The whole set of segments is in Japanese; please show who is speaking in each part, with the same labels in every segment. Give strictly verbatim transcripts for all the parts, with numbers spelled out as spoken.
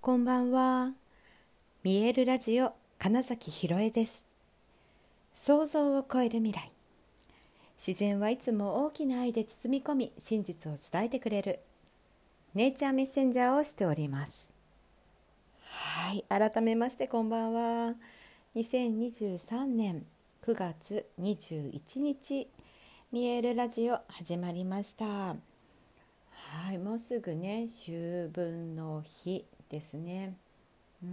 Speaker 1: こんばんは。見えるラジオ金崎ひろえです。想像を超える未来。自然はいつも大きな愛で包み込み、真実を伝えてくれるネイチャーメッセンジャーをしております。はい、改めましてこんばんは。にせんにじゅうさんねんくがつにじゅういちにち、見えるラジオ始まりました。はい、もうすぐね、秋分の日ですね。うん、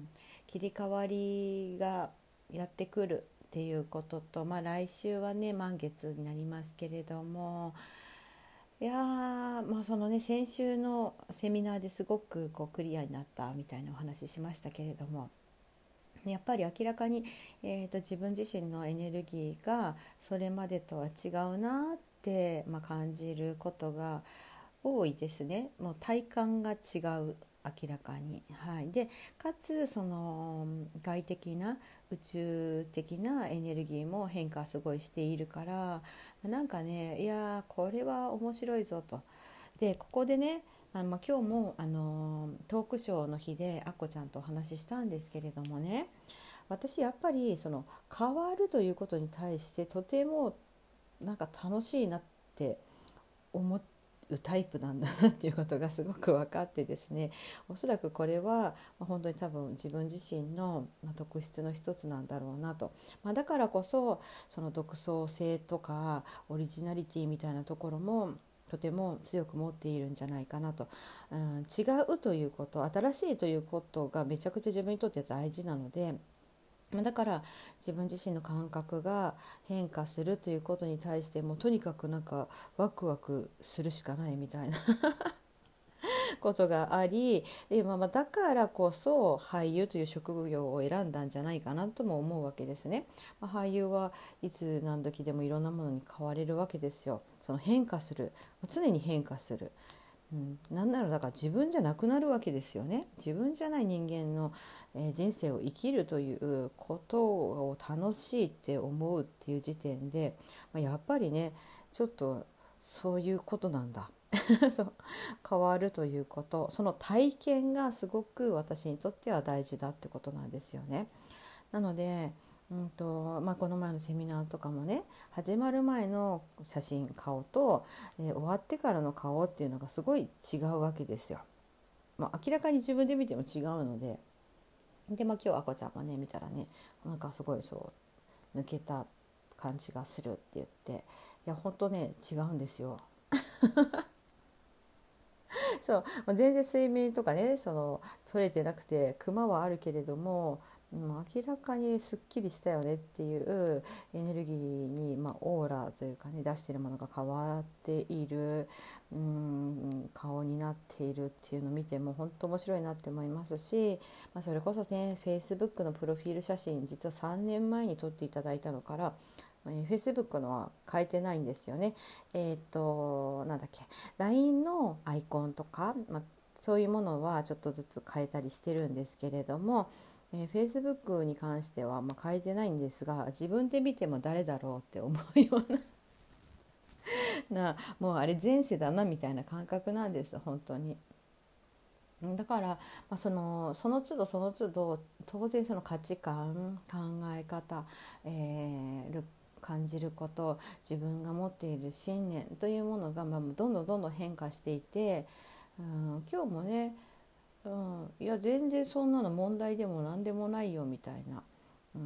Speaker 1: 切り替わりがやってくるっていうことと、まあ、来週はね満月になりますけれども、いやー、まあそのね先週のセミナーですごくこうクリアになったみたいなお話ししましたけれども、やっぱり明らかに、えーと、自分自身のエネルギーがそれまでとは違うなって、まあ、感じることが多いですね。もう体感が違う、明らかに、はい、でかつその外的な宇宙的なエネルギーも変化すごいしているから、なんかね、いやこれは面白いぞと。でここでね、あの、まあ、今日もあのトークショーの日であっこちゃんとお話ししたんですけれどもね、私やっぱりその変わるということに対してとてもなんか楽しいなって思うタイプなんだなっていうことがすごく分かってですね、おそらくこれは本当に多分自分自身の特質の一つなんだろうなと、まあ、だからこそその独創性とかオリジナリティみたいなところもとても強く持っているんじゃないかなと、うん、違うということ、新しいということがめちゃくちゃ自分にとって大事なので、だから自分自身の感覚が変化するということに対してもとにかくなんかワクワクするしかないみたいなことがあり、で、まあ、だからこそ俳優という職業を選んだんじゃないかなとも思うわけですね。まあ、俳優はいつ何時でもいろんなものに変われるわけですよ。その変化する、常に変化する。うん、なんならだから自分じゃなくなるわけですよね。自分じゃない人間の、えー人生を生きるということを楽しいって思うっていう時点で、まあ、やっぱりねちょっとそういうことなんだそう変わるということ、その体験がすごく私にとっては大事だってことなんですよね。なので、うんとまあ、この前のセミナーとかもね、始まる前の写真顔と、えー終わってからの顔っていうのがすごい違うわけですよ。まあ、明らかに自分で見ても違うので、で、まあ、今日あこちゃんもね見たらね、なんかすごいそう抜けた感じがするって言って、いや本当ね違うんですよ。そう、全然睡眠とかねその取れてなくてクマはあるけれども、うん、明らかにすっきりしたよねっていうエネルギーに、まあ、オーラというかね出しているものが変わっている、うん、顔になっているっていうのを見ても本当面白いなって思いますし、まあ、それこそね Facebook のプロフィール写真実はさんねんまえに撮っていただいたのからフェイスブックのは変えてないんですよね。えっ、となんだっけ ライン のアイコンとか、まあ、そういうものはちょっとずつ変えたりしてるんですけれども、えー、Facebook に関しては、まあ、変えてないんですが、自分で見ても誰だろうって思うようななもうあれ前世だなみたいな感覚なんです本当に。だから、まあ、そのその都度その都度当然その価値観考え方、えー、感じること、自分が持っている信念というものが、まあ、どんどんどんどん変化していて、うん、今日もね、うん、いや全然そんなの問題でも何でもないよみたいな、うん、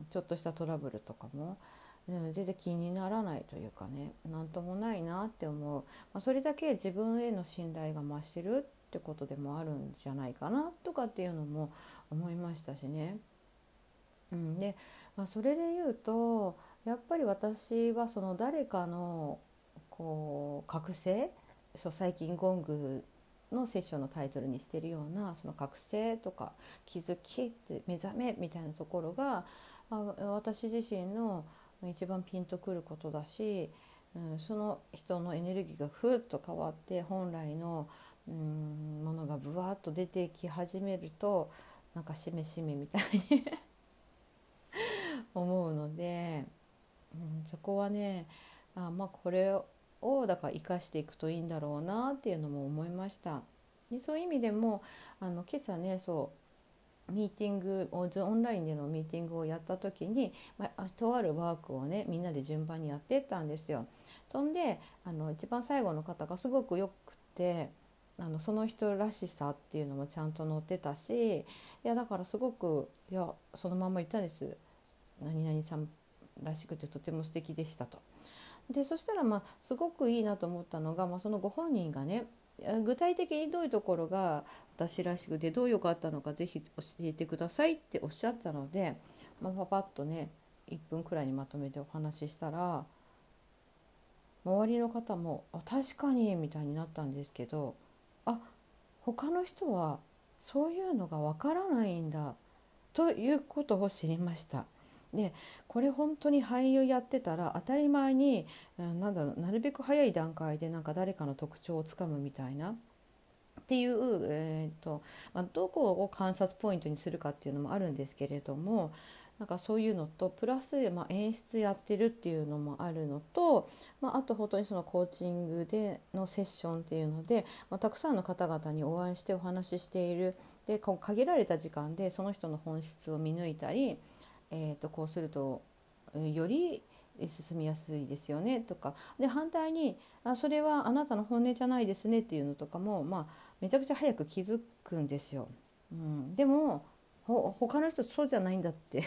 Speaker 1: ちょっとしたトラブルとかも、うん、全然気にならないというかね、なんともないなって思う、まあ、それだけ自分への信頼が増してるってことでもあるんじゃないかなとかっていうのも思いましたしね。うん、で、まあ、それで言うとやっぱり私はその誰かのこう覚醒、そう最近ゴングのセッションのタイトルにしてるようなその覚醒とか気づきって目覚めみたいなところが、あ、私自身の一番ピンとくることだし、うん、その人のエネルギーがふっと変わって本来の、うん、ものがブワーッと出てき始めるとなんかしめしめみたいに思うので、うん、そこはね、あ、まあこれをだから生かしていくといいんだろうなっていうのも思いました。 でそういう意味でもあの今朝ねそうミーティングをオンラインでのミーティングをやった時に、まあ、とあるワークをねみんなで順番にやってったんですよ。そんであの一番最後の方がすごくよくて、あのその人らしさっていうのもちゃんと載ってたし、いやだからすごくいやそのまま言ったんです。何々さんらしくてとても素敵でしたと。でそしたらまあすごくいいなと思ったのが、まあ、そのご本人がね具体的にどういうところが私らしくてどう良かったのかぜひ教えてくださいっておっしゃったので、まあ、パパッとねいっぷんくらいにまとめてお話ししたら、周りの方もあ確かにみたいになったんですけど、あ他の人はそういうのがわからないんだということを知りました。でこれ本当に俳優やってたら当たり前に、なんだろう、なるべく早い段階でなんか誰かの特徴をつかむみたいなっていう、えーとまあ、どこを観察ポイントにするかっていうのもあるんですけれども、なんかそういうのとプラス、まあ、演出やってるっていうのもあるのと、まあ、あと本当にそのコーチングでのセッションっていうので、まあ、たくさんの方々にお会いしてお話ししている。で限られた時間でその人の本質を見抜いたり、えー、とこうするとより進みやすいですよねとかで、反対にあそれはあなたの本音じゃないですねっていうのとかも、まあ、めちゃくちゃ早く気づくんですよ。うん、でもほ他の人そうじゃないんだって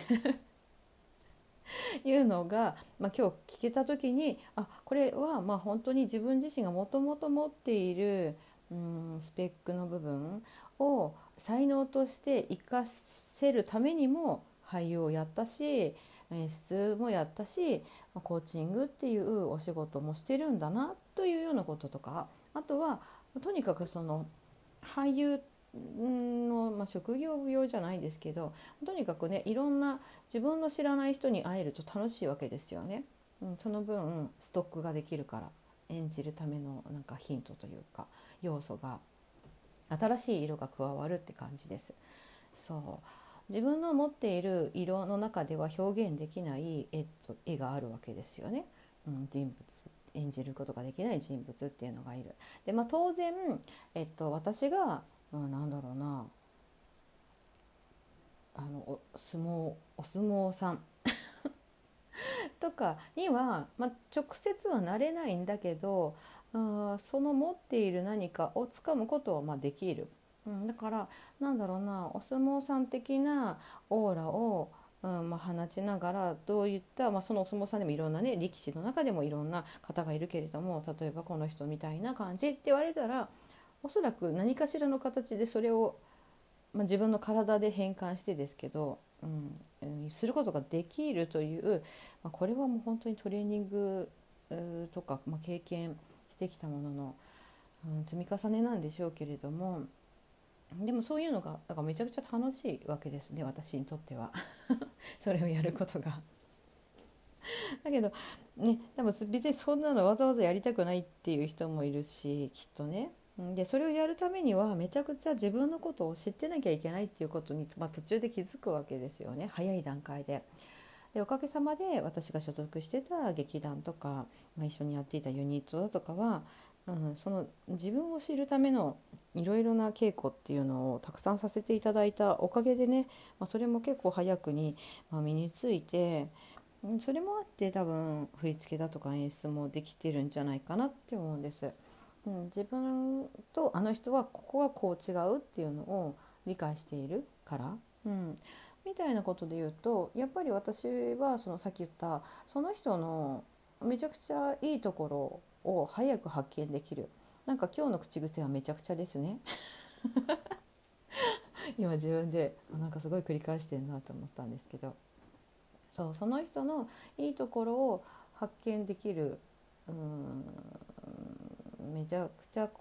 Speaker 1: いうのが、まあ、今日聞けた時に、あこれはまあ本当に自分自身がもともと持っている、うん、スペックの部分を才能として生かせるためにも俳優をやったし、演出もやったし、コーチングっていうお仕事もしてるんだなというようなこととか、あとはとにかくその俳優の、まあ、職業病じゃないですけど、とにかくねいろんな自分の知らない人に会えると楽しいわけですよね。うん、その分ストックができるから、演じるためのなんかヒントというか要素が、新しい色が加わるって感じです。そう自分の持っている色の中では表現できない絵と絵があるわけですよね。うん、人物演じることができない人物っていうのがいる。で、まあ、当然、えっと、私が、うん、なんだろうなあのお相撲お相撲さんとかには、まあ、直接はなれないんだけど、あその持っている何かをつかむことはまあできる。うん、だからなんだろうな、お相撲さん的なオーラを、うんまあ、放ちながらどういった、まあ、そのお相撲さんでもいろんなね力士の中でもいろんな方がいるけれども、例えばこの人みたいな感じって言われたら、おそらく何かしらの形でそれを、まあ、自分の体で変換してですけど、うんうん、することができるという、まあ、これはもう本当にトレーニングとか、まあ、経験してきたものの、うん、積み重ねなんでしょうけれども、でもそういうのがだからめちゃくちゃ楽しいわけですね、私にとってはそれをやることがだけどね、多分別にそんなのわざわざやりたくないっていう人もいるし、きっとね。でそれをやるためにはめちゃくちゃ自分のことを知ってなきゃいけないっていうことに、まあ、途中で気づくわけですよね、早い段階で。でおかげさまで私が所属してた劇団とか、まあ、一緒にやっていたユニットだとかは、うん、その自分を知るためのいろいろな稽古っていうのをたくさんさせていただいたおかげでね、まあ、それも結構早くに、まあ、身について、それもあって多分振り付けだとか演出もできてるんじゃないかなって思うんです。うん、自分とあの人はここはこう違うっていうのを理解しているから、うん、みたいなことで言うと、やっぱり私はそのさっき言ったその人のめちゃくちゃいいところを早く発見できる。なんか今日の口癖はめちゃくちゃですね今自分でなんかすごい繰り返してるなと思ったんですけど、そうその人のいいところを発見できる、うーんめちゃくちゃ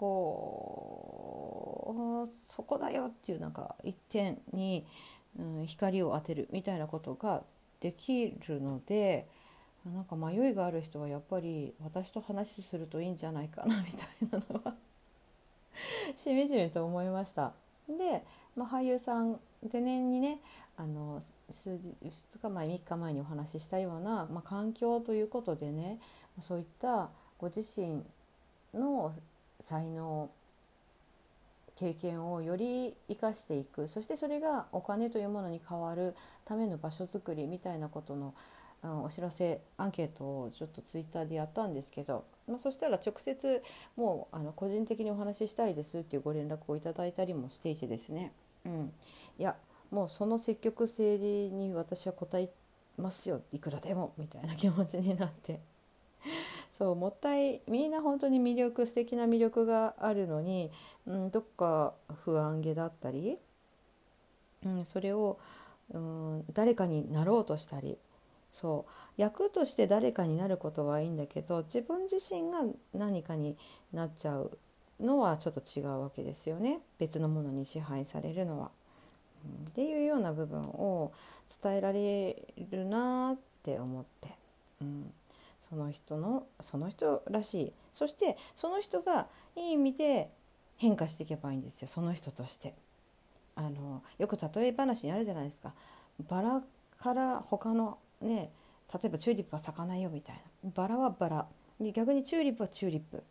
Speaker 1: こうそこだよっていうなんか一点に、うん、光を当てるみたいなことができるので、なんか迷いがある人はやっぱり私と話するといいんじゃないかなみたいなのはしみじみと思いました。で、まあ、俳優さんで年にね、あの数日ふつかまえみっかまえにお話ししたような、まあ、環境ということでね、そういったご自身の才能経験をより生かしていく、そしてそれがお金というものに変わるための場所づくりみたいなことの、うん、お知らせアンケートをちょっとツイッターでやったんですけど、まあ、そしたら直接もうあの個人的にお話ししたいですっていうご連絡をいただいたりもしていてですね、うん、いやもうその積極性に私は応えますよ、いくらでもみたいな気持ちになってそうもったいみんな本当に魅力素敵な魅力があるのに、うん、どっか不安げだったり、うん、それを、うん、誰かになろうとしたり、そう役として誰かになることはいいんだけど、自分自身が何かになっちゃうのはちょっと違うわけですよね、別のものに支配されるのは、うん、っていうような部分を伝えられるなって思って、うん、その人のその人らしい、そしてその人がいい意味で変化していけばいいんですよ、その人として。あのよく例え話にあるじゃないですか。バラから他のね、例えばチューリップは咲かないよみたいな、バラはバラで、逆にチューリップはチューリップ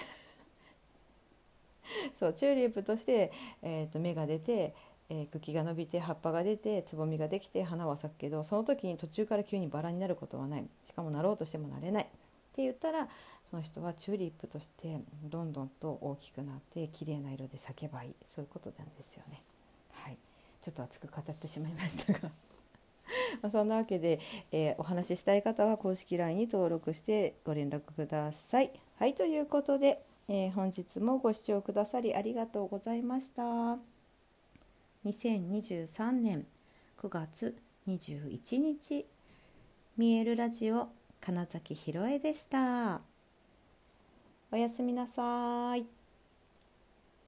Speaker 1: そうチューリップとして、えー、と芽が出て、えー茎が伸びて葉っぱが出てつぼみができて花は咲くけど、その時に途中から急にバラになることはない、しかもなろうとしてもなれないって言ったら、その人はチューリップとしてどんどんと大きくなって綺麗な色で咲けばいい、そういうことなんですよね。はい、ちょっと熱く語ってしまいましたがまあそんなわけで、えーお話ししたい方は公式 ライン に登録してご連絡ください。はい、ということで、えー本日もご視聴くださりありがとうございました。にせんにじゅうさんねんくがつにじゅういちにち、見えるラジオ金崎ひろえでした。おやすみなさい。